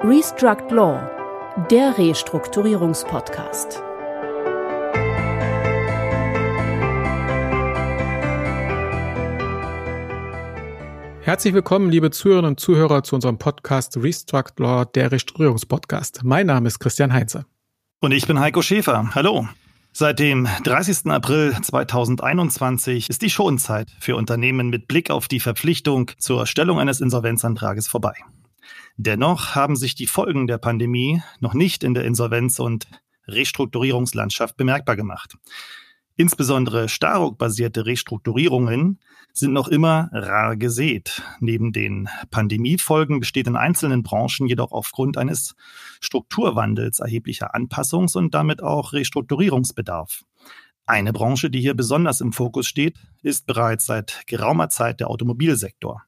Restruct Law, der Restrukturierungspodcast. Herzlich willkommen, liebe Zuhörerinnen und Zuhörer, zu unserem Podcast Restruct Law, der Restrukturierungspodcast. Mein Name ist Christian Heinze. Und ich bin Heiko Schäfer. Hallo. Seit dem 30. April 2021 ist die Schonzeit für Unternehmen mit Blick auf die Verpflichtung zur Stellung eines Insolvenzantrages vorbei. Dennoch haben sich die Folgen der Pandemie noch nicht in der Insolvenz- und Restrukturierungslandschaft bemerkbar gemacht. Insbesondere Starock-basierte Restrukturierungen sind noch immer rar gesät. Neben den Pandemiefolgen besteht in einzelnen Branchen jedoch aufgrund eines Strukturwandels erheblicher Anpassungs- und damit auch Restrukturierungsbedarf. Eine Branche, die hier besonders im Fokus steht, ist bereits seit geraumer Zeit der Automobilsektor.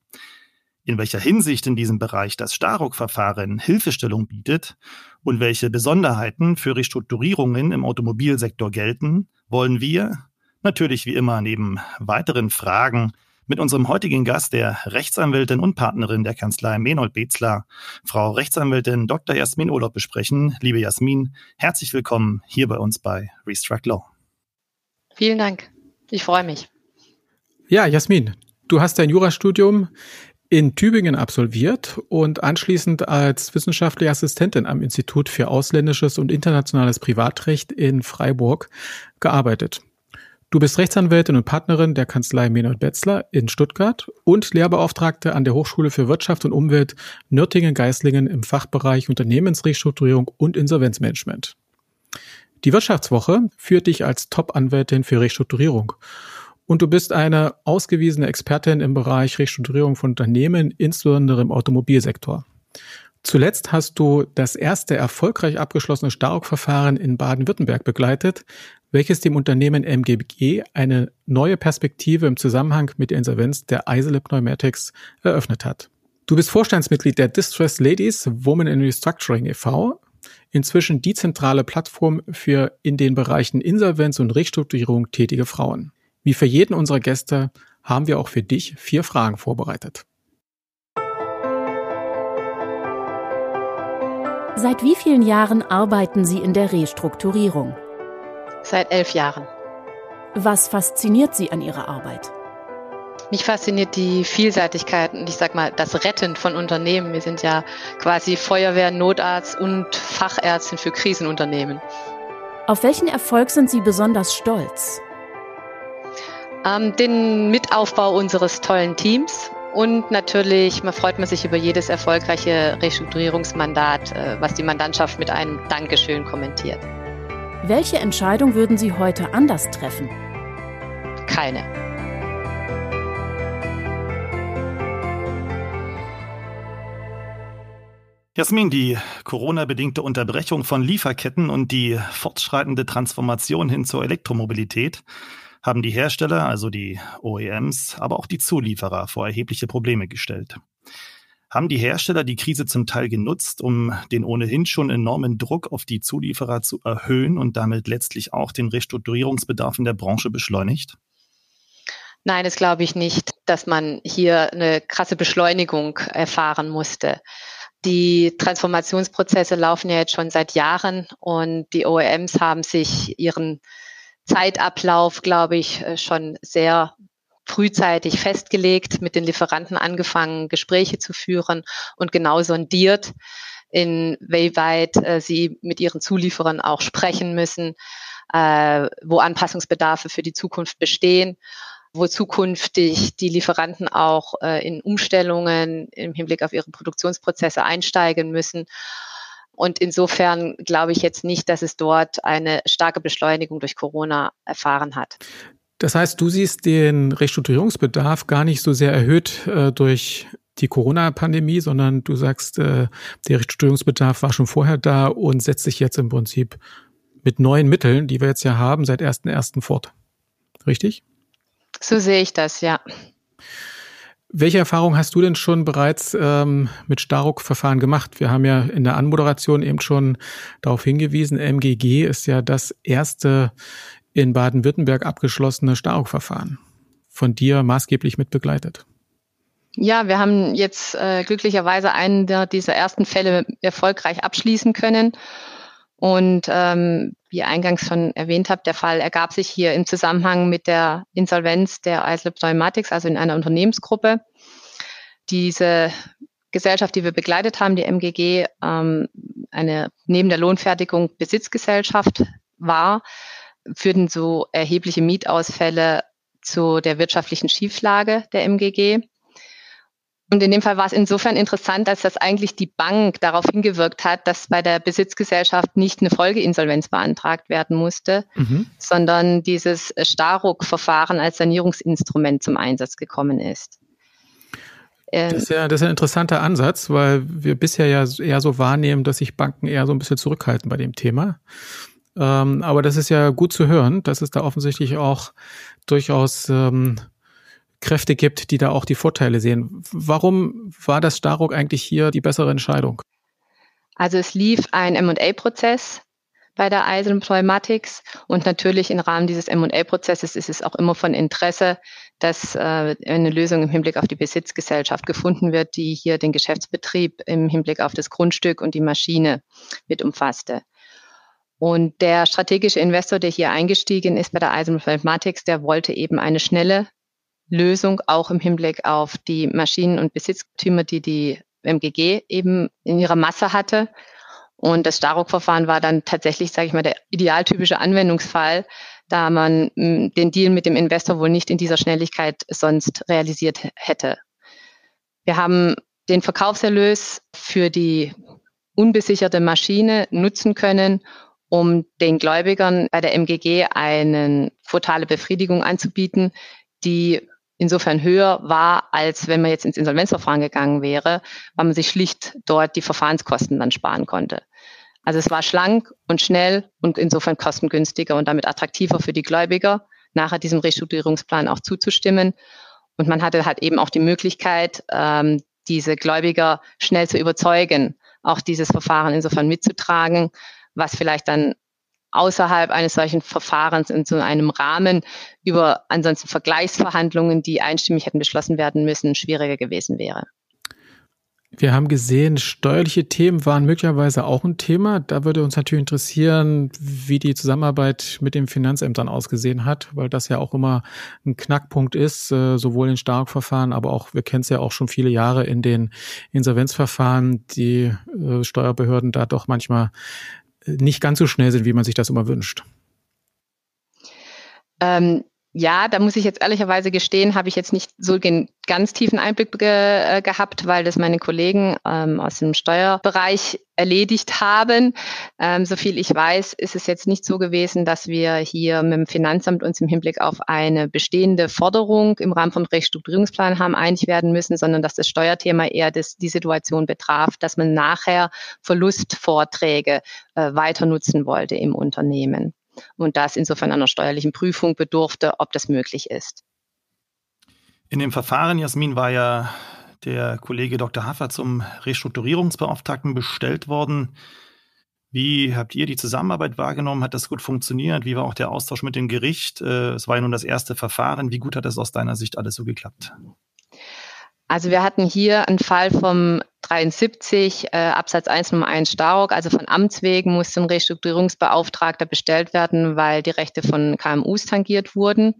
In welcher Hinsicht in diesem Bereich das Starock-Verfahren Hilfestellung bietet und welche Besonderheiten für Restrukturierungen im Automobilsektor gelten, wollen wir natürlich wie immer neben weiteren Fragen mit unserem heutigen Gast, der Rechtsanwältin und Partnerin der Kanzlei Menold Bezler, Frau Rechtsanwältin Dr. Jasmin Urlaub, besprechen. Liebe Jasmin, herzlich willkommen hier bei uns bei Restruct Law. Vielen Dank. Ich freue mich. Ja, Jasmin, du hast dein Jurastudium in Tübingen absolviert und anschließend als wissenschaftliche Assistentin am Institut für ausländisches und internationales Privatrecht in Freiburg gearbeitet. Du bist Rechtsanwältin und Partnerin der Kanzlei Menold Bezler in Stuttgart und Lehrbeauftragte an der Hochschule für Wirtschaft und Umwelt Nürtingen-Geislingen im Fachbereich Unternehmensrestrukturierung und Insolvenzmanagement. Die Wirtschaftswoche führt dich als Top-Anwältin für Restrukturierung. Und du bist eine ausgewiesene Expertin im Bereich Restrukturierung von Unternehmen, insbesondere im Automobilsektor. Zuletzt hast du das erste erfolgreich abgeschlossene Starock-Verfahren in Baden-Württemberg begleitet, welches dem Unternehmen MGG eine neue Perspektive im Zusammenhang mit der Insolvenz der Isalip Pneumatics eröffnet hat. Du bist Vorstandsmitglied der Distressed Ladies Women in Restructuring e.V., inzwischen die zentrale Plattform für in den Bereichen Insolvenz und Restrukturierung tätige Frauen. Wie für jeden unserer Gäste haben wir auch für dich 4 Fragen vorbereitet. Seit wie vielen Jahren arbeiten Sie in der Restrukturierung? Seit 11 Jahren. Was fasziniert Sie an Ihrer Arbeit? Mich fasziniert die Vielseitigkeit und ich sag mal, das Retten von Unternehmen. Wir sind ja quasi Feuerwehr, Notarzt und Fachärztin für Krisenunternehmen. Auf welchen Erfolg sind Sie besonders stolz? Den Mitaufbau unseres tollen Teams und natürlich freut man sich über jedes erfolgreiche Restrukturierungsmandat, was die Mandantschaft mit einem Dankeschön kommentiert. Welche Entscheidung würden Sie heute anders treffen? Keine. Jasmin, die Corona-bedingte Unterbrechung von Lieferketten und die fortschreitende Transformation hin zur Elektromobilität haben die Hersteller, also die OEMs, aber auch die Zulieferer vor erhebliche Probleme gestellt. Haben die Hersteller die Krise zum Teil genutzt, um den ohnehin schon enormen Druck auf die Zulieferer zu erhöhen und damit letztlich auch den Restrukturierungsbedarf in der Branche beschleunigt? Nein, das glaube ich nicht, dass man hier eine krasse Beschleunigung erfahren musste. Die Transformationsprozesse laufen ja jetzt schon seit Jahren und die OEMs haben sich ihren Zeitablauf, glaube ich, schon sehr frühzeitig festgelegt, mit den Lieferanten angefangen, Gespräche zu führen und genau sondiert, inwieweit sie mit ihren Zulieferern auch sprechen müssen, wo Anpassungsbedarfe für die Zukunft bestehen, wo zukünftig die Lieferanten auch in Umstellungen im Hinblick auf ihre Produktionsprozesse einsteigen müssen. Und insofern glaube ich jetzt nicht, dass es dort eine starke Beschleunigung durch Corona erfahren hat. Das heißt, du siehst den Restrukturierungsbedarf gar nicht so sehr erhöht durch die Corona-Pandemie, sondern du sagst, der Restrukturierungsbedarf war schon vorher da und setzt sich jetzt im Prinzip mit neuen Mitteln, die wir jetzt ja haben, seit 1.1. fort. Richtig? So sehe ich das, ja. Welche Erfahrung hast du denn schon bereits mit Starock-Verfahren gemacht? Wir haben ja in der Anmoderation eben schon darauf hingewiesen, MGG ist ja das erste in Baden-Württemberg abgeschlossene Starock-Verfahren, von dir maßgeblich mit begleitet. Ja, wir haben jetzt glücklicherweise einen dieser ersten Fälle erfolgreich abschließen können. Und wie eingangs schon erwähnt habe, der Fall ergab sich hier im Zusammenhang mit der Insolvenz der Islip Pneumatics, also in einer Unternehmensgruppe. Diese Gesellschaft, die wir begleitet haben, die MGG, eine neben der Lohnfertigung Besitzgesellschaft war, führten so erhebliche Mietausfälle zu der wirtschaftlichen Schieflage der MGG. Und in dem Fall war es insofern interessant, als dass eigentlich die Bank darauf hingewirkt hat, dass bei der Besitzgesellschaft nicht eine Folgeinsolvenz beantragt werden musste, sondern dieses Starruck-Verfahren als Sanierungsinstrument zum Einsatz gekommen ist. Das ist ja ein interessanter Ansatz, weil wir bisher ja eher so wahrnehmen, dass sich Banken eher so ein bisschen zurückhalten bei dem Thema. Aber das ist ja gut zu hören, dass es da offensichtlich auch durchaus Kräfte gibt, die da auch die Vorteile sehen. Warum war das Starruck eigentlich hier die bessere Entscheidung? Also es lief ein M&A-Prozess bei der Islip Pneumatics und natürlich im Rahmen dieses M&A-Prozesses ist es auch immer von Interesse, dass eine Lösung im Hinblick auf die Besitzgesellschaft gefunden wird, die hier den Geschäftsbetrieb im Hinblick auf das Grundstück und die Maschine mit umfasste. Und der strategische Investor, der hier eingestiegen ist bei der Islip Pneumatics, der wollte eben eine schnelle Lösung auch im Hinblick auf die Maschinen- und Besitztümer, die MGG eben in ihrer Masse hatte. Und das Starruck-Verfahren war dann tatsächlich, sage ich mal, der idealtypische Anwendungsfall, da man den Deal mit dem Investor wohl nicht in dieser Schnelligkeit sonst realisiert hätte. Wir haben den Verkaufserlös für die unbesicherte Maschine nutzen können, um den Gläubigern bei der MGG eine quotale Befriedigung anzubieten, die insofern höher war, als wenn man jetzt ins Insolvenzverfahren gegangen wäre, weil man sich schlicht dort die Verfahrenskosten dann sparen konnte. Also es war schlank und schnell und insofern kostengünstiger und damit attraktiver für die Gläubiger, nachher diesem Restrukturierungsplan auch zuzustimmen. Und man hatte halt eben auch die Möglichkeit, diese Gläubiger schnell zu überzeugen, auch dieses Verfahren insofern mitzutragen, was vielleicht dann außerhalb eines solchen Verfahrens in so einem Rahmen über ansonsten Vergleichsverhandlungen, die einstimmig hätten beschlossen werden müssen, schwieriger gewesen wäre. Wir haben gesehen, steuerliche Themen waren möglicherweise auch ein Thema. Da würde uns natürlich interessieren, wie die Zusammenarbeit mit den Finanzämtern ausgesehen hat, weil das ja auch immer ein Knackpunkt ist, sowohl in Starruck-Verfahren, aber auch, wir kennen es ja auch schon viele Jahre in den Insolvenzverfahren, die Steuerbehörden da doch manchmal nicht ganz so schnell sind, wie man sich das immer wünscht. Ja, da muss ich jetzt ehrlicherweise gestehen, habe ich jetzt nicht so den ganz tiefen Einblick gehabt, weil das meine Kollegen aus dem Steuerbereich erledigt haben. Soviel ich weiß, ist es jetzt nicht so gewesen, dass wir hier mit dem Finanzamt uns im Hinblick auf eine bestehende Forderung im Rahmen von Restrukturierungsplan haben einig werden müssen, sondern dass das Steuerthema eher die Situation betraf, dass man nachher Verlustvorträge weiter nutzen wollte im Unternehmen. Und das insofern einer steuerlichen Prüfung bedurfte, ob das möglich ist. In dem Verfahren, Jasmin, war ja der Kollege Dr. Haffer zum Restrukturierungsbeauftragten bestellt worden. Wie habt ihr die Zusammenarbeit wahrgenommen? Hat das gut funktioniert? Wie war auch der Austausch mit dem Gericht? Es war ja nun das erste Verfahren. Wie gut hat das aus deiner Sicht alles so geklappt? Also wir hatten hier einen Fall vom 73 Absatz 1 Nummer 1 Starruck, also von Amts wegen musste ein Restrukturierungsbeauftragter bestellt werden, weil die Rechte von KMUs tangiert wurden.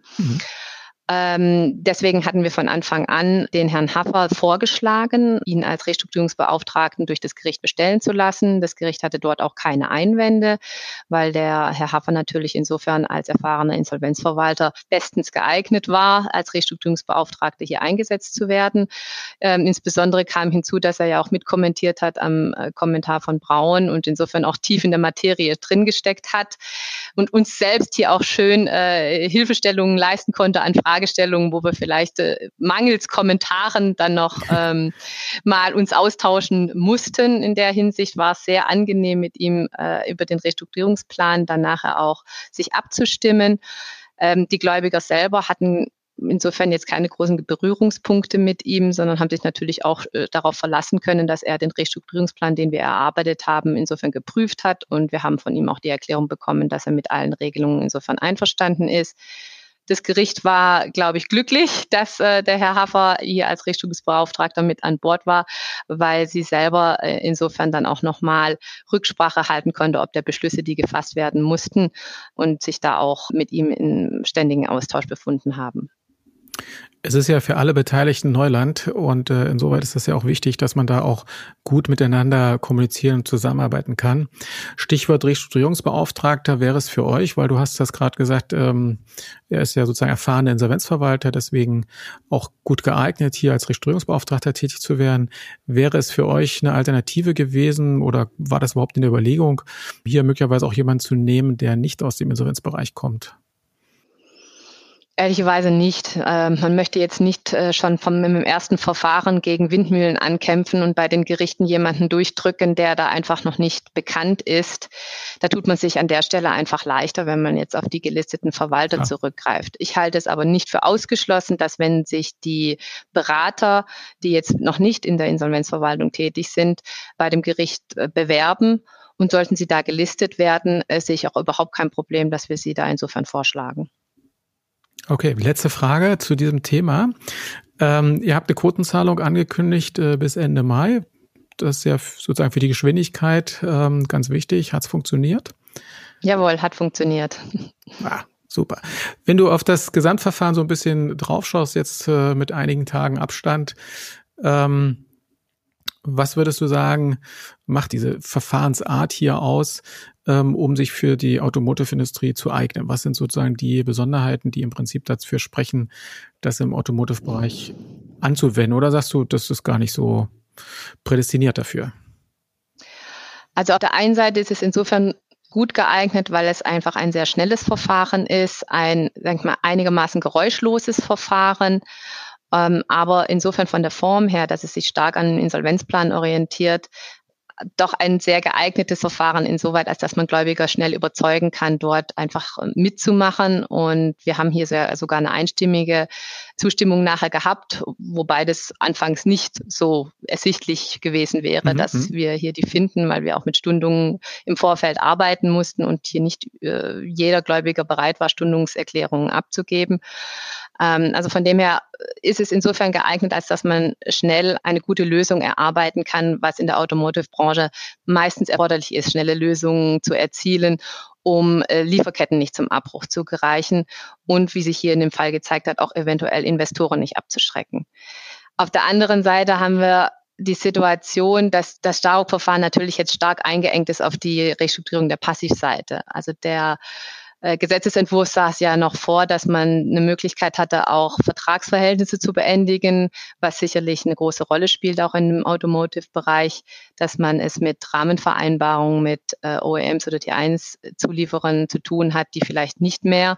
Deswegen hatten wir von Anfang an den Herrn Haffer vorgeschlagen, ihn als Restrukturierungsbeauftragten durch das Gericht bestellen zu lassen. Das Gericht hatte dort auch keine Einwände, weil der Herr Haffer natürlich insofern als erfahrener Insolvenzverwalter bestens geeignet war, als Restrukturierungsbeauftragter hier eingesetzt zu werden. Insbesondere kam hinzu, dass er ja auch mitkommentiert hat am Kommentar von Braun und insofern auch tief in der Materie drin gesteckt hat und uns selbst hier auch schön Hilfestellungen leisten konnte an Fragestellungen, wo wir vielleicht mangels Kommentaren dann noch mal uns austauschen mussten. In der Hinsicht war es sehr angenehm, mit ihm über den Restrukturierungsplan dann nachher auch sich abzustimmen. Die Gläubiger selber hatten insofern jetzt keine großen Berührungspunkte mit ihm, sondern haben sich natürlich auch darauf verlassen können, dass er den Restrukturierungsplan, den wir erarbeitet haben, insofern geprüft hat. Und wir haben von ihm auch die Erklärung bekommen, dass er mit allen Regelungen insofern einverstanden ist. Das Gericht war, glaube ich, glücklich, dass der Herr Haffer hier als Rechtsprechungsbeauftragter mit an Bord war, weil sie selber insofern dann auch nochmal Rücksprache halten konnte, ob der Beschlüsse, die gefasst werden mussten, und sich da auch mit ihm in ständigen Austausch befunden haben. Es ist ja für alle Beteiligten Neuland und insoweit ist es ja auch wichtig, dass man da auch gut miteinander kommunizieren und zusammenarbeiten kann. Stichwort Restrukturierungsbeauftragter wäre es für euch, weil du hast das gerade gesagt, er ist ja sozusagen erfahrener Insolvenzverwalter, deswegen auch gut geeignet, hier als Restrukturierungsbeauftragter tätig zu werden. Wäre es für euch eine Alternative gewesen oder war das überhaupt in der Überlegung, hier möglicherweise auch jemanden zu nehmen, der nicht aus dem Insolvenzbereich kommt? Ehrlicherweise nicht. Man möchte jetzt nicht schon im ersten Verfahren gegen Windmühlen ankämpfen und bei den Gerichten jemanden durchdrücken, der da einfach noch nicht bekannt ist. Da tut man sich an der Stelle einfach leichter, wenn man jetzt auf die gelisteten Verwalter zurückgreift. Ich halte es aber nicht für ausgeschlossen, dass wenn sich die Berater, die jetzt noch nicht in der Insolvenzverwaltung tätig sind, bei dem Gericht bewerben, und sollten sie da gelistet werden, sehe ich auch überhaupt kein Problem, dass wir sie da insofern vorschlagen. Okay, letzte Frage zu diesem Thema. Ihr habt eine Quotenzahlung angekündigt bis Ende Mai. Das ist ja sozusagen für die Geschwindigkeit ganz wichtig. Hat es funktioniert? Jawohl, hat funktioniert. Super. Wenn du auf das Gesamtverfahren so ein bisschen draufschaust, jetzt mit einigen Tagen Abstand, was würdest du sagen, macht diese Verfahrensart hier aus, um sich für die Automotive-Industrie zu eignen? Was sind sozusagen die Besonderheiten, die im Prinzip dafür sprechen, das im Automotive-Bereich anzuwenden? Oder sagst du, das ist gar nicht so prädestiniert dafür? Also auf der einen Seite ist es insofern gut geeignet, weil es einfach ein sehr schnelles Verfahren ist, ein, sag ich mal, einigermaßen geräuschloses Verfahren, aber insofern von der Form her, dass es sich stark an den Insolvenzplan orientiert, doch ein sehr geeignetes Verfahren insoweit, als dass man Gläubiger schnell überzeugen kann, dort einfach mitzumachen. Und wir haben hier sogar eine einstimmige Zustimmung nachher gehabt, wobei das anfangs nicht so ersichtlich gewesen wäre, dass wir hier die finden, weil wir auch mit Stundungen im Vorfeld arbeiten mussten und hier nicht jeder Gläubiger bereit war, Stundungserklärungen abzugeben. Also von dem her ist es insofern geeignet, als dass man schnell eine gute Lösung erarbeiten kann, was in der Automotive-Branche meistens erforderlich ist, schnelle Lösungen zu erzielen, um Lieferketten nicht zum Abbruch zu gereichen und, wie sich hier in dem Fall gezeigt hat, auch eventuell Investoren nicht abzuschrecken. Auf der anderen Seite haben wir die Situation, dass das Starock-Verfahren natürlich jetzt stark eingeengt ist auf die Restrukturierung der Passivseite. Also der Gesetzesentwurf sah es ja noch vor, dass man eine Möglichkeit hatte, auch Vertragsverhältnisse zu beendigen, was sicherlich eine große Rolle spielt, auch im Automotive-Bereich, dass man es mit Rahmenvereinbarungen mit OEMs oder T1-Zulieferern zu tun hat, die vielleicht nicht mehr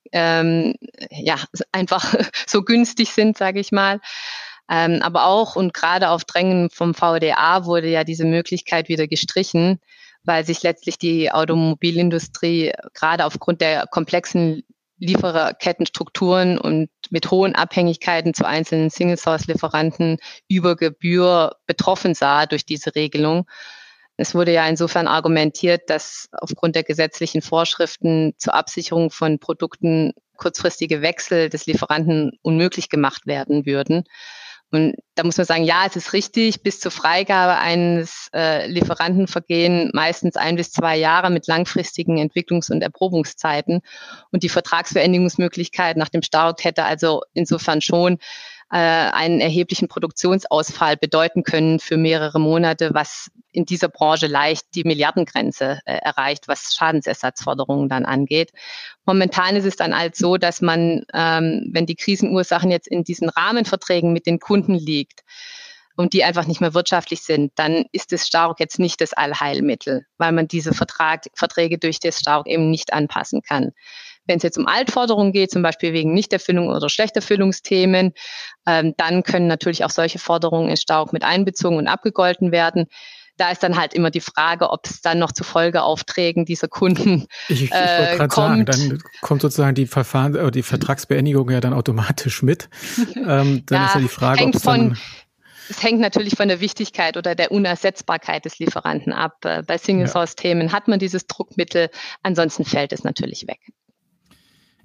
einfach so günstig sind, sage ich mal. Aber auch und gerade auf Drängen vom VDA wurde ja diese Möglichkeit wieder gestrichen, weil sich letztlich die Automobilindustrie gerade aufgrund der komplexen Lieferkettenstrukturen und mit hohen Abhängigkeiten zu einzelnen Single-Source-Lieferanten über Gebühr betroffen sah durch diese Regelung. Es wurde ja insofern argumentiert, dass aufgrund der gesetzlichen Vorschriften zur Absicherung von Produkten kurzfristige Wechsel des Lieferanten unmöglich gemacht werden würden. Und da muss man sagen, ja, es ist richtig, bis zur Freigabe eines Lieferanten vergehen meistens 1 bis 2 Jahre mit langfristigen Entwicklungs- und Erprobungszeiten. Und die Vertragsveränderungsmöglichkeit nach dem Starock hätte also insofern schon einen erheblichen Produktionsausfall bedeuten können für mehrere Monate, was in dieser Branche leicht die Milliardengrenze erreicht, was Schadensersatzforderungen dann angeht. Momentan ist es dann halt so, dass man, wenn die Krisenursachen jetzt in diesen Rahmenverträgen mit den Kunden liegt und die einfach nicht mehr wirtschaftlich sind, dann ist das Starock jetzt nicht das Allheilmittel, weil man diese Verträge durch das Starock eben nicht anpassen kann. Wenn es jetzt um Altforderungen geht, zum Beispiel wegen Nichterfüllung oder Schlechterfüllungsthemen, dann können natürlich auch solche Forderungen in Starock mit einbezogen und abgegolten werden. Da ist dann halt immer die Frage, ob es dann noch zu Folgeaufträgen dieser Kunden ich wollte gerade sagen, dann kommt sozusagen die die Vertragsbeendigung ja dann automatisch mit. Dann ist ja die Frage, ob es dann... Es hängt natürlich von der Wichtigkeit oder der Unersetzbarkeit des Lieferanten ab. Bei Single-Source-Themen hat man dieses Druckmittel, ansonsten fällt es natürlich weg.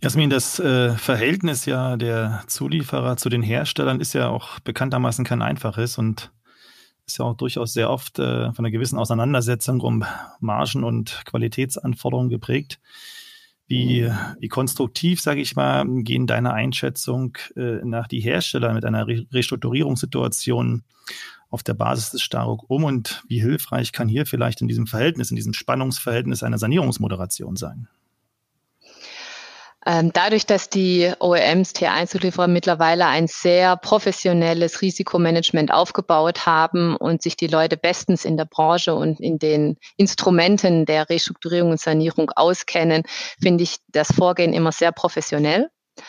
Jasmin, das Verhältnis ja der Zulieferer zu den Herstellern ist ja auch bekanntermaßen kein einfaches und ist ja auch durchaus sehr oft von einer gewissen Auseinandersetzung um Margen und Qualitätsanforderungen geprägt. Wie konstruktiv, sage ich mal, gehen deiner Einschätzung nach die Hersteller mit einer Restrukturierungssituation auf der Basis des Staruk um und wie hilfreich kann hier vielleicht in diesem Verhältnis, in diesem Spannungsverhältnis eine Sanierungsmoderation sein? Dadurch, dass die OEMs, Tier-1-Zulieferer mittlerweile ein sehr professionelles Risikomanagement aufgebaut haben und sich die Leute bestens in der Branche und in den Instrumenten der Restrukturierung und Sanierung auskennen, finde ich das Vorgehen immer sehr professionell,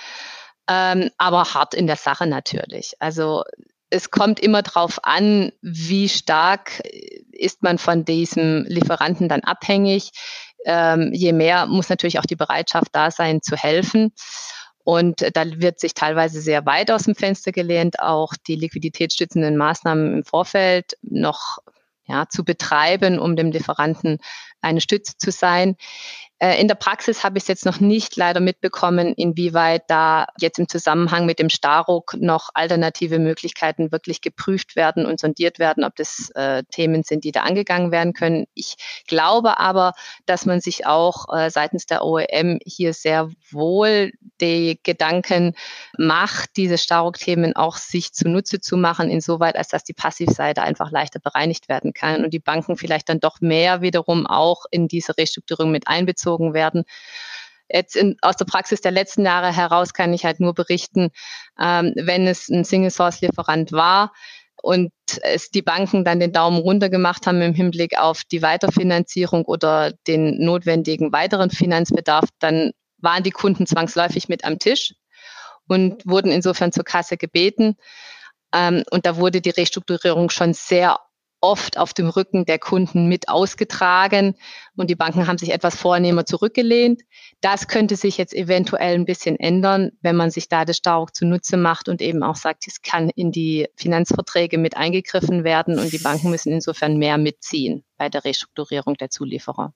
aber hart in der Sache natürlich. Also es kommt immer darauf an, wie stark ist man von diesem Lieferanten dann abhängig. Je mehr muss natürlich auch die Bereitschaft da sein, zu helfen. Und da wird sich teilweise sehr weit aus dem Fenster gelehnt, auch die liquiditätsstützenden Maßnahmen im Vorfeld noch zu betreiben, um dem Lieferanten eine Stütze zu sein. In der Praxis habe ich es jetzt noch nicht leider mitbekommen, inwieweit da jetzt im Zusammenhang mit dem Staruk noch alternative Möglichkeiten wirklich geprüft werden und sondiert werden, ob das Themen sind, die da angegangen werden können. Ich glaube aber, dass man sich auch seitens der OEM hier sehr wohl die Gedanken macht, diese Staruk-Themen auch sich zunutze zu machen, insoweit als dass die Passivseite einfach leichter bereinigt werden kann und die Banken vielleicht dann doch mehr wiederum auch in diese Restrukturierung mit einbezogen werden. Jetzt aus der Praxis der letzten Jahre heraus kann ich halt nur berichten, wenn es ein Single-Source-Lieferant war und es die Banken dann den Daumen runter gemacht haben im Hinblick auf die Weiterfinanzierung oder den notwendigen weiteren Finanzbedarf, dann waren die Kunden zwangsläufig mit am Tisch und wurden insofern zur Kasse gebeten. Und da wurde die Restrukturierung schon sehr oft auf dem Rücken der Kunden mit ausgetragen und die Banken haben sich etwas vornehmer zurückgelehnt. Das könnte sich jetzt eventuell ein bisschen ändern, wenn man sich da das Staruk zunutze macht und eben auch sagt, es kann in die Finanzverträge mit eingegriffen werden und die Banken müssen insofern mehr mitziehen bei der Restrukturierung der Zulieferer.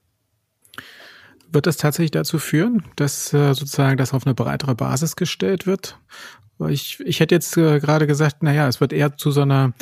Wird das tatsächlich dazu führen, dass sozusagen das auf eine breitere Basis gestellt wird? Ich hätte jetzt gerade gesagt, es wird eher zu so einer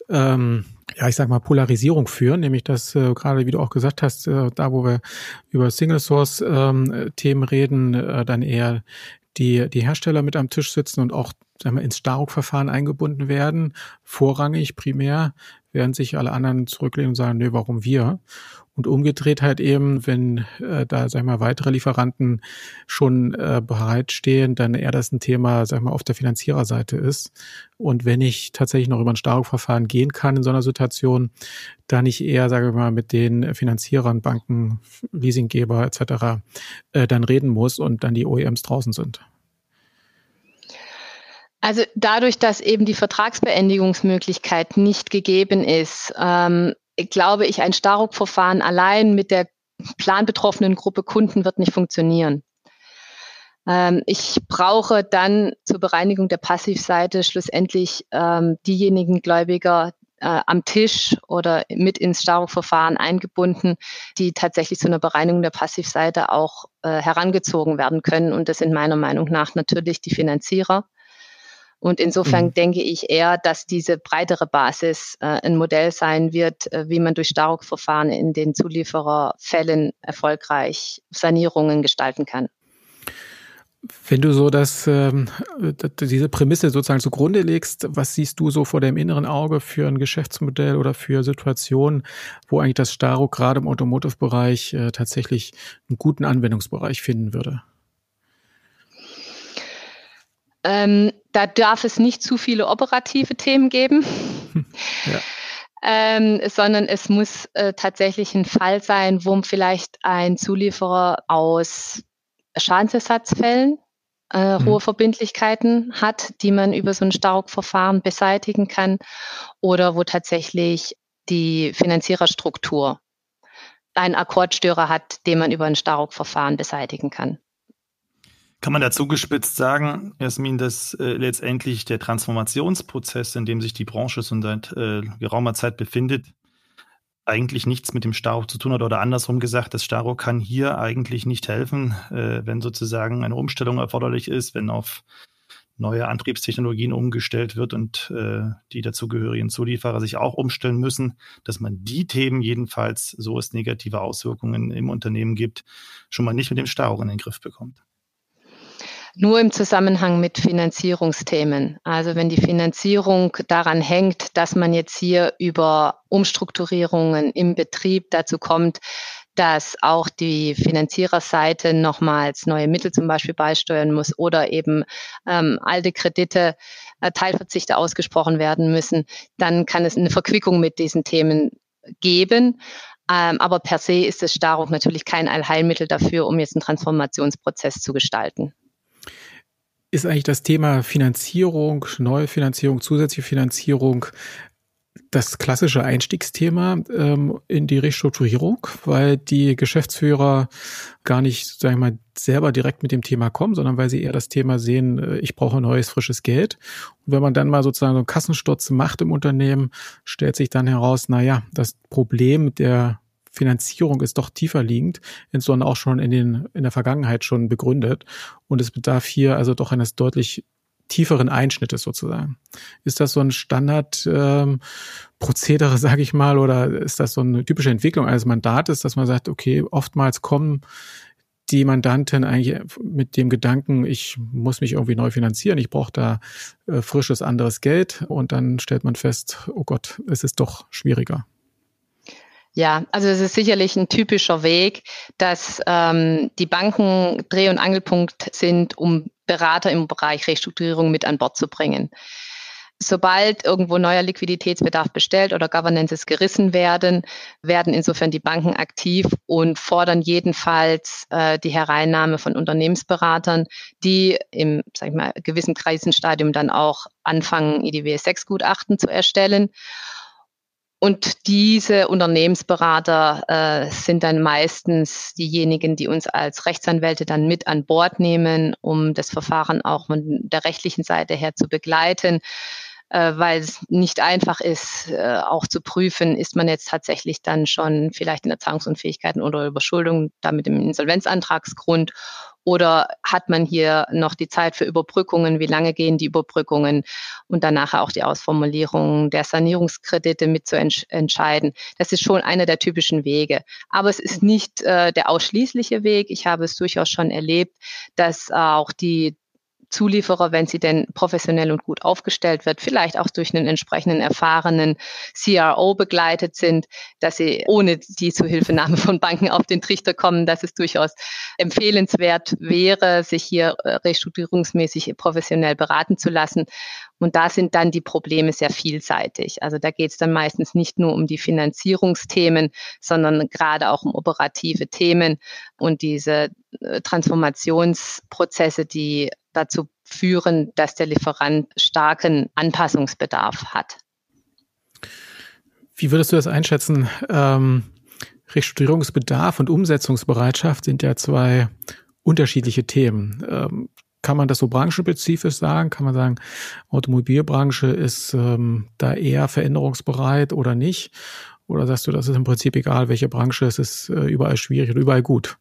Polarisierung führen, nämlich dass gerade, wie du auch gesagt hast, da wo wir über Single-Source-Themen reden, dann eher die Hersteller mit am Tisch sitzen und auch ins Staruk-Verfahren eingebunden werden, vorrangig, primär, während sich alle anderen zurücklehnen und sagen, nö, warum wir? Und umgedreht halt eben, wenn weitere Lieferanten schon bereitstehen, dann eher das ein Thema, auf der Finanziererseite ist. Und wenn ich tatsächlich noch über ein Staruk-Verfahren gehen kann in so einer Situation, dann ich eher, mit den Finanzierern, Banken, Leasinggeber etc. Dann reden muss und dann die OEMs draußen sind. Also dadurch, dass eben die Vertragsbeendigungsmöglichkeit nicht gegeben ist, glaube ich, ein Staruk-Verfahren allein mit der planbetroffenen Gruppe Kunden wird nicht funktionieren. Ich brauche dann zur Bereinigung der Passivseite schlussendlich diejenigen Gläubiger am Tisch oder mit ins Staruk-Verfahren eingebunden, die tatsächlich zu einer Bereinigung der Passivseite auch herangezogen werden können. Und das sind meiner Meinung nach natürlich die Finanzierer. Und insofern denke ich eher, dass diese breitere Basis ein Modell sein wird, wie man durch Staruk-Verfahren in den Zuliefererfällen erfolgreich Sanierungen gestalten kann. Wenn du so diese Prämisse sozusagen zugrunde legst, was siehst du so vor deinem inneren Auge für ein Geschäftsmodell oder für Situationen, wo eigentlich das Staruk gerade im Automotive-Bereich tatsächlich einen guten Anwendungsbereich finden würde? Da darf es nicht zu viele operative Themen geben, sondern es muss tatsächlich ein Fall sein, wo vielleicht ein Zulieferer aus Schadensersatzfällen hohe Verbindlichkeiten hat, die man über so ein Staruk-Verfahren beseitigen kann oder wo tatsächlich die Finanziererstruktur einen Akkordstörer hat, den man über ein Staruk-Verfahren beseitigen kann. Kann man dazu gespitzt sagen, Jasmin, dass letztendlich der Transformationsprozess, in dem sich die Branche schon seit geraumer Zeit befindet, eigentlich nichts mit dem Staro zu tun hat oder andersrum gesagt, das Staro kann hier eigentlich nicht helfen, wenn sozusagen eine Umstellung erforderlich ist, wenn auf neue Antriebstechnologien umgestellt wird und die dazugehörigen Zulieferer sich auch umstellen müssen, dass man die Themen jedenfalls, so es negative Auswirkungen im Unternehmen gibt, schon mal nicht mit dem Staro in den Griff bekommt. Nur im Zusammenhang mit Finanzierungsthemen. Also wenn die Finanzierung daran hängt, dass man jetzt hier über Umstrukturierungen im Betrieb dazu kommt, dass auch die Finanziererseite nochmals neue Mittel zum Beispiel beisteuern muss oder eben alte Kredite, Teilverzichte ausgesprochen werden müssen, dann kann es eine Verquickung mit diesen Themen geben. Aber per se ist das Staro natürlich kein Allheilmittel dafür, um jetzt einen Transformationsprozess zu gestalten. Ist eigentlich das Thema Finanzierung, neue Finanzierung, zusätzliche Finanzierung das klassische Einstiegsthema in die Restrukturierung, weil die Geschäftsführer gar nicht, sagen wir mal, selber direkt mit dem Thema kommen, sondern weil sie eher das Thema sehen, ich brauche neues, frisches Geld. Und wenn man dann mal sozusagen so einen Kassensturz macht im Unternehmen, stellt sich dann heraus, das Problem der Finanzierung ist doch tiefer liegend, insbesondere auch schon in der Vergangenheit schon begründet. Und es bedarf hier also doch eines deutlich tieferen Einschnittes sozusagen. Ist das so ein Standardprozedere, sage ich mal, oder ist das so eine typische Entwicklung eines Mandates, dass man sagt, okay, oftmals kommen die Mandanten eigentlich mit dem Gedanken, ich muss mich irgendwie neu finanzieren, ich brauche da frisches, anderes Geld, und dann stellt man fest, oh Gott, es ist doch schwieriger. Ja, also es ist sicherlich ein typischer Weg, dass die Banken Dreh- und Angelpunkt sind, um Berater im Bereich Restrukturierung mit an Bord zu bringen. Sobald irgendwo neuer Liquiditätsbedarf bestellt oder Governances gerissen werden insofern die Banken aktiv und fordern jedenfalls die Hereinnahme von Unternehmensberatern, die im, sag ich mal, gewissen Krisenstadium dann auch anfangen, IDW 6-Gutachten zu erstellen. Und diese Unternehmensberater sind dann meistens diejenigen, die uns als Rechtsanwälte dann mit an Bord nehmen, um das Verfahren auch von der rechtlichen Seite her zu begleiten, weil es nicht einfach ist, auch zu prüfen, ist man jetzt tatsächlich dann schon vielleicht in der Zahlungsunfähigkeit oder Überschuldung, damit im Insolvenzantragsgrund, oder hat man hier noch die Zeit für Überbrückungen, wie lange gehen die Überbrückungen, und danach auch die Ausformulierung der Sanierungskredite mit zu entscheiden. Das ist schon einer der typischen Wege. Aber es ist nicht der ausschließliche Weg. Ich habe es durchaus schon erlebt, dass auch die Zulieferer, wenn sie denn professionell und gut aufgestellt wird, vielleicht auch durch einen entsprechenden erfahrenen CRO begleitet sind, dass sie ohne die Zuhilfenahme von Banken auf den Trichter kommen, dass es durchaus empfehlenswert wäre, sich hier restrukturierungsmäßig professionell beraten zu lassen. Und da sind dann die Probleme sehr vielseitig. Also da geht es dann meistens nicht nur um die Finanzierungsthemen, sondern gerade auch um operative Themen und diese Transformationsprozesse, die dazu führen, dass der Lieferant starken Anpassungsbedarf hat. Wie würdest du das einschätzen? Restrukturierungsbedarf und Umsetzungsbereitschaft sind ja zwei unterschiedliche Themen. Kann man das so branchenspezifisch sagen? Kann man sagen, Automobilbranche ist da eher veränderungsbereit oder nicht? Oder sagst du, das ist im Prinzip egal, welche Branche, es ist überall schwierig oder überall gut?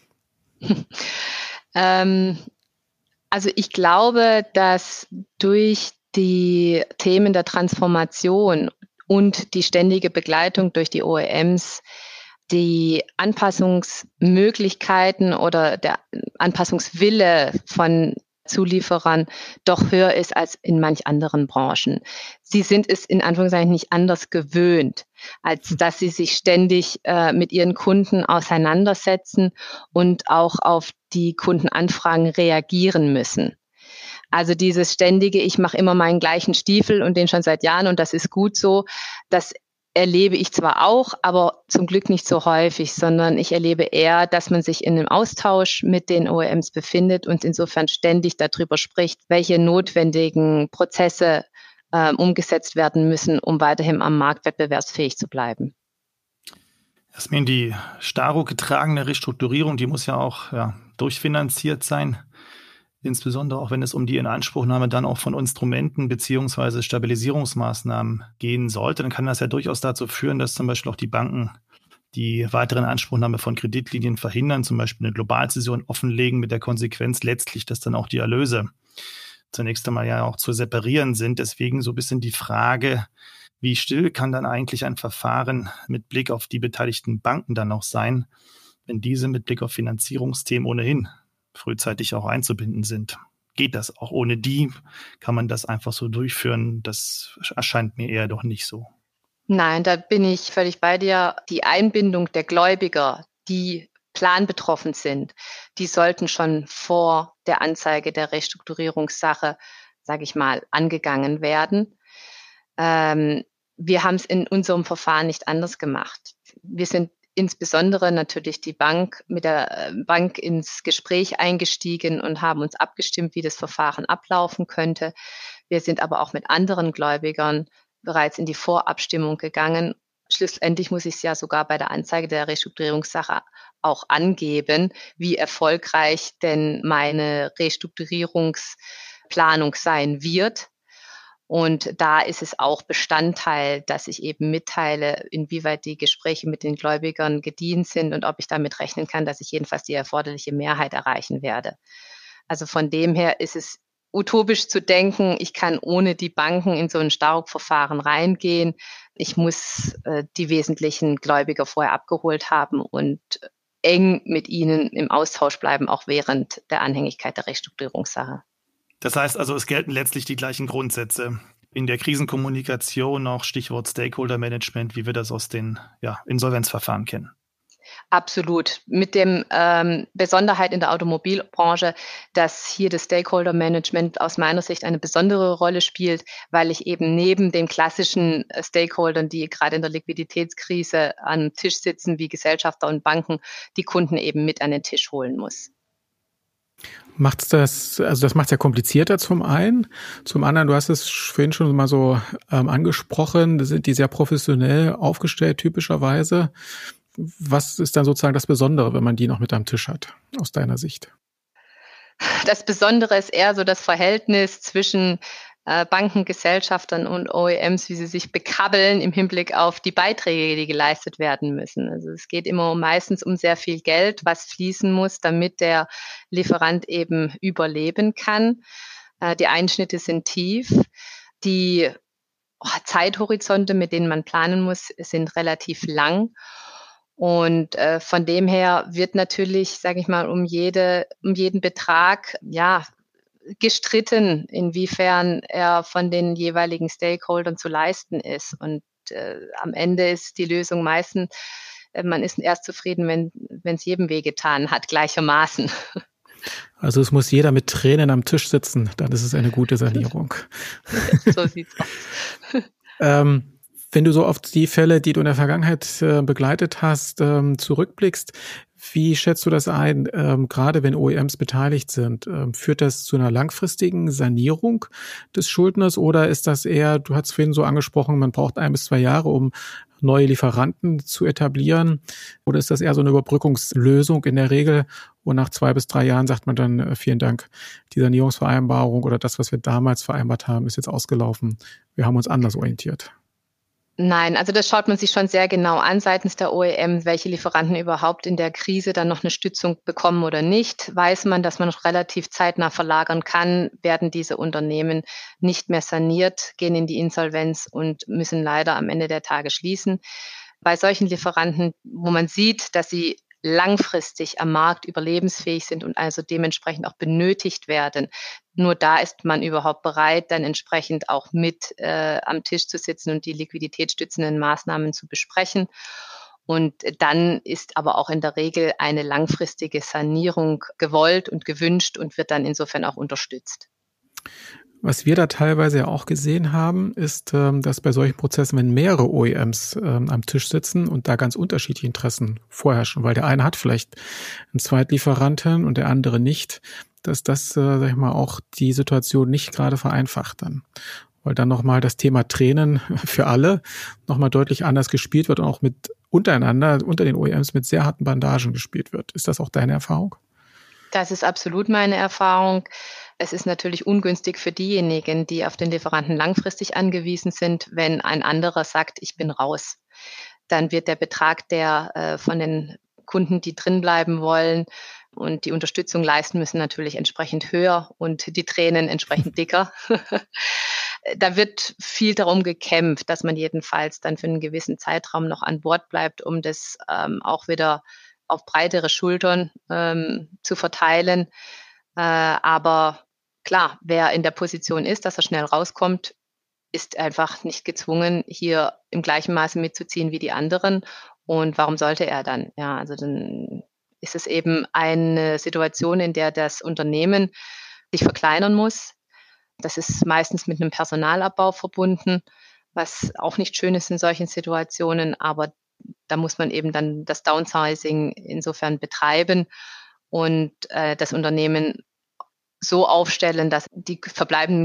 Also ich glaube, dass durch die Themen der Transformation und die ständige Begleitung durch die OEMs die Anpassungsmöglichkeiten oder der Anpassungswille von Zulieferern doch höher ist als in manch anderen Branchen. Sie sind es in Anführungszeichen nicht anders gewöhnt, als dass sie sich ständig mit ihren Kunden auseinandersetzen und auch auf die Kundenanfragen reagieren müssen. Also dieses ständige, ich mache immer meinen gleichen Stiefel und den schon seit Jahren und das ist gut so, das erlebe ich zwar auch, aber zum Glück nicht so häufig, sondern ich erlebe eher, dass man sich in einem Austausch mit den OEMs befindet und insofern ständig darüber spricht, welche notwendigen Prozesse umgesetzt werden müssen, um weiterhin am Markt wettbewerbsfähig zu bleiben. Jasmin, die Staro getragene Restrukturierung, die muss ja auch durchfinanziert sein. insbesondere auch wenn es um die Inanspruchnahme dann auch von Instrumenten beziehungsweise Stabilisierungsmaßnahmen gehen sollte, dann kann das ja durchaus dazu führen, dass zum Beispiel auch die Banken die weitere Inanspruchnahme von Kreditlinien verhindern, zum Beispiel eine Globalzession offenlegen mit der Konsequenz letztlich, dass dann auch die Erlöse zunächst einmal ja auch zu separieren sind. Deswegen so ein bisschen die Frage, wie still kann dann eigentlich ein Verfahren mit Blick auf die beteiligten Banken dann noch sein, wenn diese mit Blick auf Finanzierungsthemen ohnehin frühzeitig auch einzubinden sind? Geht das auch ohne die? Kann man das einfach so durchführen? Das erscheint mir eher doch nicht so. Nein, da bin ich völlig bei dir. Die Einbindung der Gläubiger, die planbetroffen sind, die sollten schon vor der Anzeige der Restrukturierungssache, sage ich mal, angegangen werden. Wir haben es in unserem Verfahren nicht anders gemacht. Wir sind insbesondere natürlich mit der Bank ins Gespräch eingestiegen und haben uns abgestimmt, wie das Verfahren ablaufen könnte. Wir sind aber auch mit anderen Gläubigern bereits in die Vorabstimmung gegangen. Schlussendlich muss ich es ja sogar bei der Anzeige der Restrukturierungssache auch angeben, wie erfolgreich denn meine Restrukturierungsplanung sein wird. Und da ist es auch Bestandteil, dass ich eben mitteile, inwieweit die Gespräche mit den Gläubigern gedient sind und ob ich damit rechnen kann, dass ich jedenfalls die erforderliche Mehrheit erreichen werde. Also von dem her ist es utopisch zu denken, ich kann ohne die Banken in so ein Staruk-Verfahren reingehen. Ich muss die wesentlichen Gläubiger vorher abgeholt haben und eng mit ihnen im Austausch bleiben, auch während der Anhängigkeit der Restrukturierungssache. Das heißt also, es gelten letztlich die gleichen Grundsätze in der Krisenkommunikation, auch Stichwort Stakeholder-Management, wie wir das aus den Insolvenzverfahren kennen. Absolut. Mit dem Besonderheit in der Automobilbranche, dass hier das Stakeholder-Management aus meiner Sicht eine besondere Rolle spielt, weil ich eben neben den klassischen Stakeholdern, die gerade in der Liquiditätskrise am Tisch sitzen, wie Gesellschafter und Banken, die Kunden eben mit an den Tisch holen muss. Das macht es ja komplizierter zum einen. Zum anderen, du hast es vorhin schon mal so angesprochen, sind die sehr professionell aufgestellt typischerweise. Was ist dann sozusagen das Besondere, wenn man die noch mit am Tisch hat, aus deiner Sicht? Das Besondere ist eher so das Verhältnis zwischen Banken, Gesellschaftern und OEMs, wie sie sich bekabbeln im Hinblick auf die Beiträge, die geleistet werden müssen. Also es geht immer meistens um sehr viel Geld, was fließen muss, damit der Lieferant eben überleben kann. Die Einschnitte sind tief. Die Zeithorizonte, mit denen man planen muss, sind relativ lang. Und von dem her wird natürlich, sage ich mal, um jeden Betrag, gestritten, inwiefern er von den jeweiligen Stakeholdern zu leisten ist. Und am Ende ist die Lösung meistens, man ist erst zufrieden, wenn es jedem wehgetan hat, gleichermaßen. Also es muss jeder mit Tränen am Tisch sitzen, dann ist es eine gute Sanierung. So sieht's aus. Wenn du so auf die Fälle, die du in der Vergangenheit begleitet hast, zurückblickst, wie schätzt du das ein, gerade wenn OEMs beteiligt sind? Führt das zu einer langfristigen Sanierung des Schuldners oder ist das eher, du hast vorhin so angesprochen, man braucht 1 bis 2 Jahre, um neue Lieferanten zu etablieren? Oder ist das eher so eine Überbrückungslösung in der Regel und nach 2 bis 3 Jahren sagt man dann, vielen Dank, die Sanierungsvereinbarung oder das, was wir damals vereinbart haben, ist jetzt ausgelaufen. Wir haben uns anders orientiert. Nein, also das schaut man sich schon sehr genau an seitens der OEM, welche Lieferanten überhaupt in der Krise dann noch eine Stützung bekommen oder nicht. Weiß man, dass man noch relativ zeitnah verlagern kann, werden diese Unternehmen nicht mehr saniert, gehen in die Insolvenz und müssen leider am Ende der Tage schließen. Bei solchen Lieferanten, wo man sieht, dass sie langfristig am Markt überlebensfähig sind und also dementsprechend auch benötigt werden. Nur da ist man überhaupt bereit, dann entsprechend auch mit am Tisch zu sitzen und die liquiditätsstützenden Maßnahmen zu besprechen. Und dann ist aber auch in der Regel eine langfristige Sanierung gewollt und gewünscht und wird dann insofern auch unterstützt. Was wir da teilweise ja auch gesehen haben, ist, dass bei solchen Prozessen, wenn mehrere OEMs am Tisch sitzen und da ganz unterschiedliche Interessen vorherrschen, weil der eine hat vielleicht einen Zweitlieferanten und der andere nicht, dass das, sag ich mal, auch die Situation nicht gerade vereinfacht dann. Weil dann nochmal das Thema Tränen für alle nochmal deutlich anders gespielt wird und auch mit untereinander, unter den OEMs mit sehr harten Bandagen gespielt wird. Ist das auch deine Erfahrung? Das ist absolut meine Erfahrung. Es ist natürlich ungünstig für diejenigen, die auf den Lieferanten langfristig angewiesen sind, wenn ein anderer sagt, ich bin raus. Dann wird der Betrag, der von den Kunden, die drin bleiben wollen und die Unterstützung leisten müssen, natürlich entsprechend höher und die Tränen entsprechend dicker. Da wird viel darum gekämpft, dass man jedenfalls dann für einen gewissen Zeitraum noch an Bord bleibt, um das auch wieder auf breitere Schultern zu verteilen. Aber klar, wer in der Position ist, dass er schnell rauskommt, ist einfach nicht gezwungen, hier im gleichen Maße mitzuziehen wie die anderen. Und warum sollte er dann? Ja, also dann ist es eben eine Situation, in der das Unternehmen sich verkleinern muss. Das ist meistens mit einem Personalabbau verbunden, was auch nicht schön ist in solchen Situationen. Aber da muss man eben dann das Downsizing insofern betreiben und das Unternehmen so aufstellen, dass das verbleibende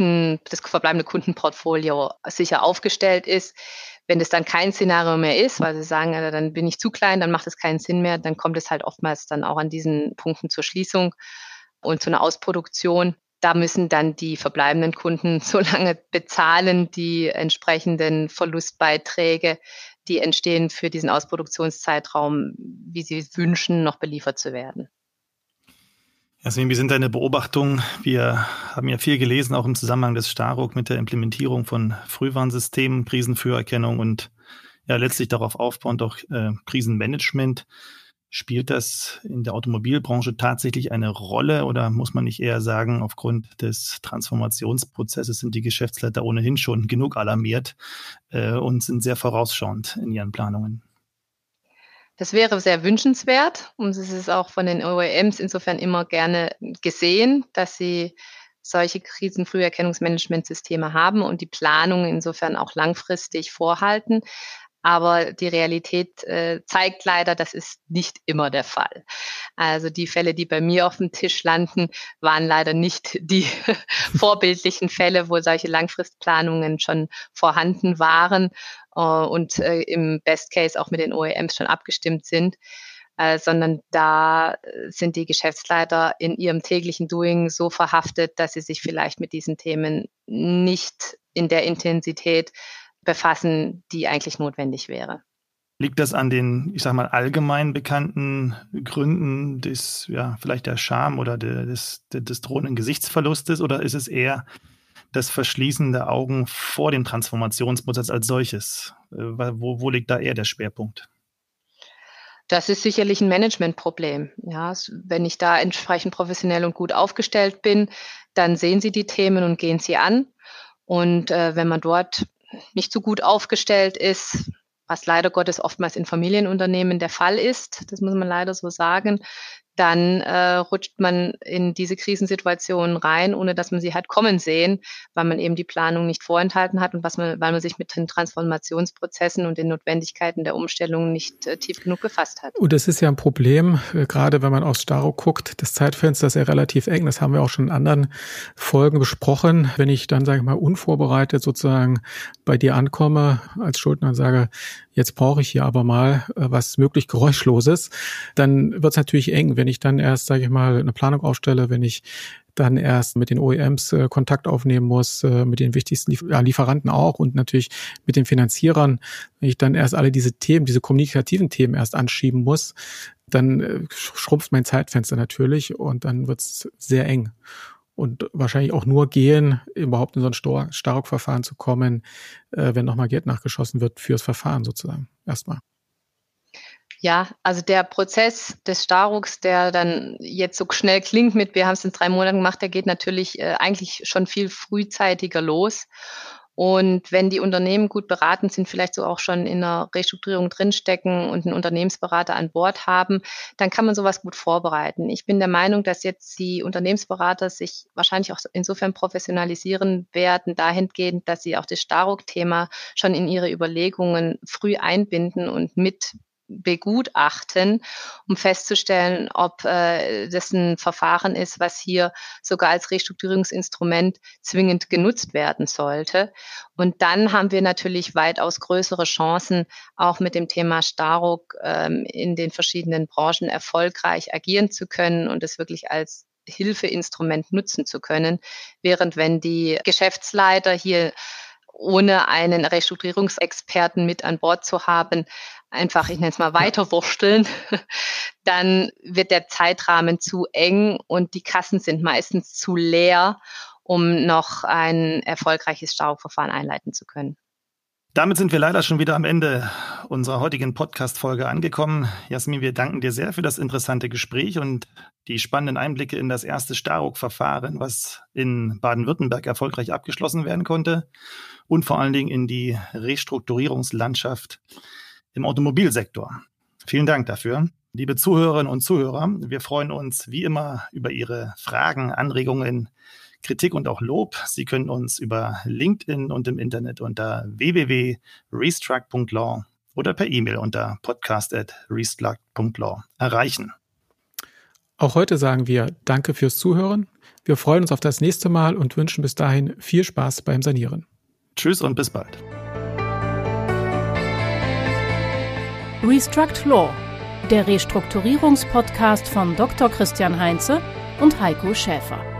Kundenportfolio sicher aufgestellt ist. Wenn das dann kein Szenario mehr ist, weil sie sagen, dann bin ich zu klein, dann macht es keinen Sinn mehr, dann kommt es halt oftmals dann auch an diesen Punkten zur Schließung und zu einer Ausproduktion. Da müssen dann die verbleibenden Kunden so lange bezahlen, die entsprechenden Verlustbeiträge, die entstehen für diesen Ausproduktionszeitraum, wie sie wünschen, noch beliefert zu werden. Jasmin, wie sind deine Beobachtungen? Wir haben ja viel gelesen, auch im Zusammenhang des Starock mit der Implementierung von Frühwarnsystemen, Krisenfrüherkennung und ja letztlich darauf aufbauend auch Krisenmanagement. Spielt das in der Automobilbranche tatsächlich eine Rolle oder muss man nicht eher sagen, aufgrund des Transformationsprozesses sind die Geschäftsleiter ohnehin schon genug alarmiert und sind sehr vorausschauend in ihren Planungen? Das wäre sehr wünschenswert und es ist auch von den OEMs insofern immer gerne gesehen, dass sie solche Krisenfrüherkennungsmanagementsysteme haben und die Planung insofern auch langfristig vorhalten. Aber die Realität zeigt leider, das ist nicht immer der Fall. Also die Fälle, die bei mir auf dem Tisch landen, waren leider nicht die vorbildlichen Fälle, wo solche Langfristplanungen schon vorhanden waren und im Best Case auch mit den OEMs schon abgestimmt sind. Sondern da sind die Geschäftsleiter in ihrem täglichen Doing so verhaftet, dass sie sich vielleicht mit diesen Themen nicht in der Intensität befassen, die eigentlich notwendig wäre. Liegt das an den, ich sag mal, allgemein bekannten Gründen des, ja, vielleicht der Scham oder des drohenden Gesichtsverlustes oder ist es eher das Verschließen der Augen vor dem Transformationsprozess als solches? Wo liegt da eher der Schwerpunkt? Das ist sicherlich ein Managementproblem. Ja, wenn ich da entsprechend professionell und gut aufgestellt bin, dann sehen Sie die Themen und gehen sie an. Und wenn man dort nicht so gut aufgestellt ist, was leider Gottes oftmals in Familienunternehmen der Fall ist, das muss man leider so sagen, dann rutscht man in diese Krisensituationen rein, ohne dass man sie hat kommen sehen, weil man eben die Planung nicht vorenthalten hat und weil man sich mit den Transformationsprozessen und den Notwendigkeiten der Umstellung nicht tief genug befasst hat. Und das ist ja ein Problem, gerade wenn man aufs Starock guckt, das Zeitfenster ist ja relativ eng, das haben wir auch schon in anderen Folgen besprochen. Wenn ich dann, sage ich mal, unvorbereitet sozusagen bei dir ankomme als Schuldner und sage, jetzt brauche ich hier aber mal was möglichst Geräuschloses, dann wird es natürlich eng, wenn ich dann erst, sage ich mal, eine Planung aufstelle, wenn ich dann erst mit den OEMs Kontakt aufnehmen muss, mit den wichtigsten Lieferanten auch und natürlich mit den Finanzierern. Wenn ich dann erst alle diese Themen, diese kommunikativen Themen erst anschieben muss, dann schrumpft mein Zeitfenster natürlich und dann wird es sehr eng. Und wahrscheinlich auch nur gehen, überhaupt in so ein Starock-Verfahren zu kommen, wenn nochmal Geld nachgeschossen wird fürs Verfahren sozusagen. Erstmal. Ja, also der Prozess des Starocks, der dann jetzt so schnell klingt mit, wir haben es in 3 Monaten gemacht, der geht natürlich eigentlich schon viel frühzeitiger los. Und wenn die Unternehmen gut beraten sind, vielleicht so auch schon in einer Restrukturierung drinstecken und einen Unternehmensberater an Bord haben, dann kann man sowas gut vorbereiten. Ich bin der Meinung, dass jetzt die Unternehmensberater sich wahrscheinlich auch insofern professionalisieren werden, dahingehend, dass sie auch das Starock-Thema schon in ihre Überlegungen früh einbinden und mit begutachten, um festzustellen, ob das ein Verfahren ist, was hier sogar als Restrukturierungsinstrument zwingend genutzt werden sollte. Und dann haben wir natürlich weitaus größere Chancen, auch mit dem Thema Staruk in den verschiedenen Branchen erfolgreich agieren zu können und es wirklich als Hilfeinstrument nutzen zu können, während wenn die Geschäftsleiter hier ohne einen Restrukturierungsexperten mit an Bord zu haben, einfach, ich nenne es mal, weiterwursteln, dann wird der Zeitrahmen zu eng und die Kassen sind meistens zu leer, um noch ein erfolgreiches Staruk-Verfahren einleiten zu können. Damit sind wir leider schon wieder am Ende unserer heutigen Podcast-Folge angekommen. Jasmin, wir danken dir sehr für das interessante Gespräch und die spannenden Einblicke in das erste Staruk-Verfahren, was in Baden-Württemberg erfolgreich abgeschlossen werden konnte und vor allen Dingen in die Restrukturierungslandschaft im Automobilsektor. Vielen Dank dafür. Liebe Zuhörerinnen und Zuhörer, wir freuen uns wie immer über Ihre Fragen, Anregungen, Kritik und auch Lob. Sie können uns über LinkedIn und im Internet unter www.restruct.law oder per E-Mail unter podcast@restruct.law erreichen. Auch heute sagen wir Danke fürs Zuhören. Wir freuen uns auf das nächste Mal und wünschen bis dahin viel Spaß beim Sanieren. Tschüss und bis bald. Restruct Law, der Restrukturierungspodcast von Dr. Christian Heinze und Heiko Schäfer.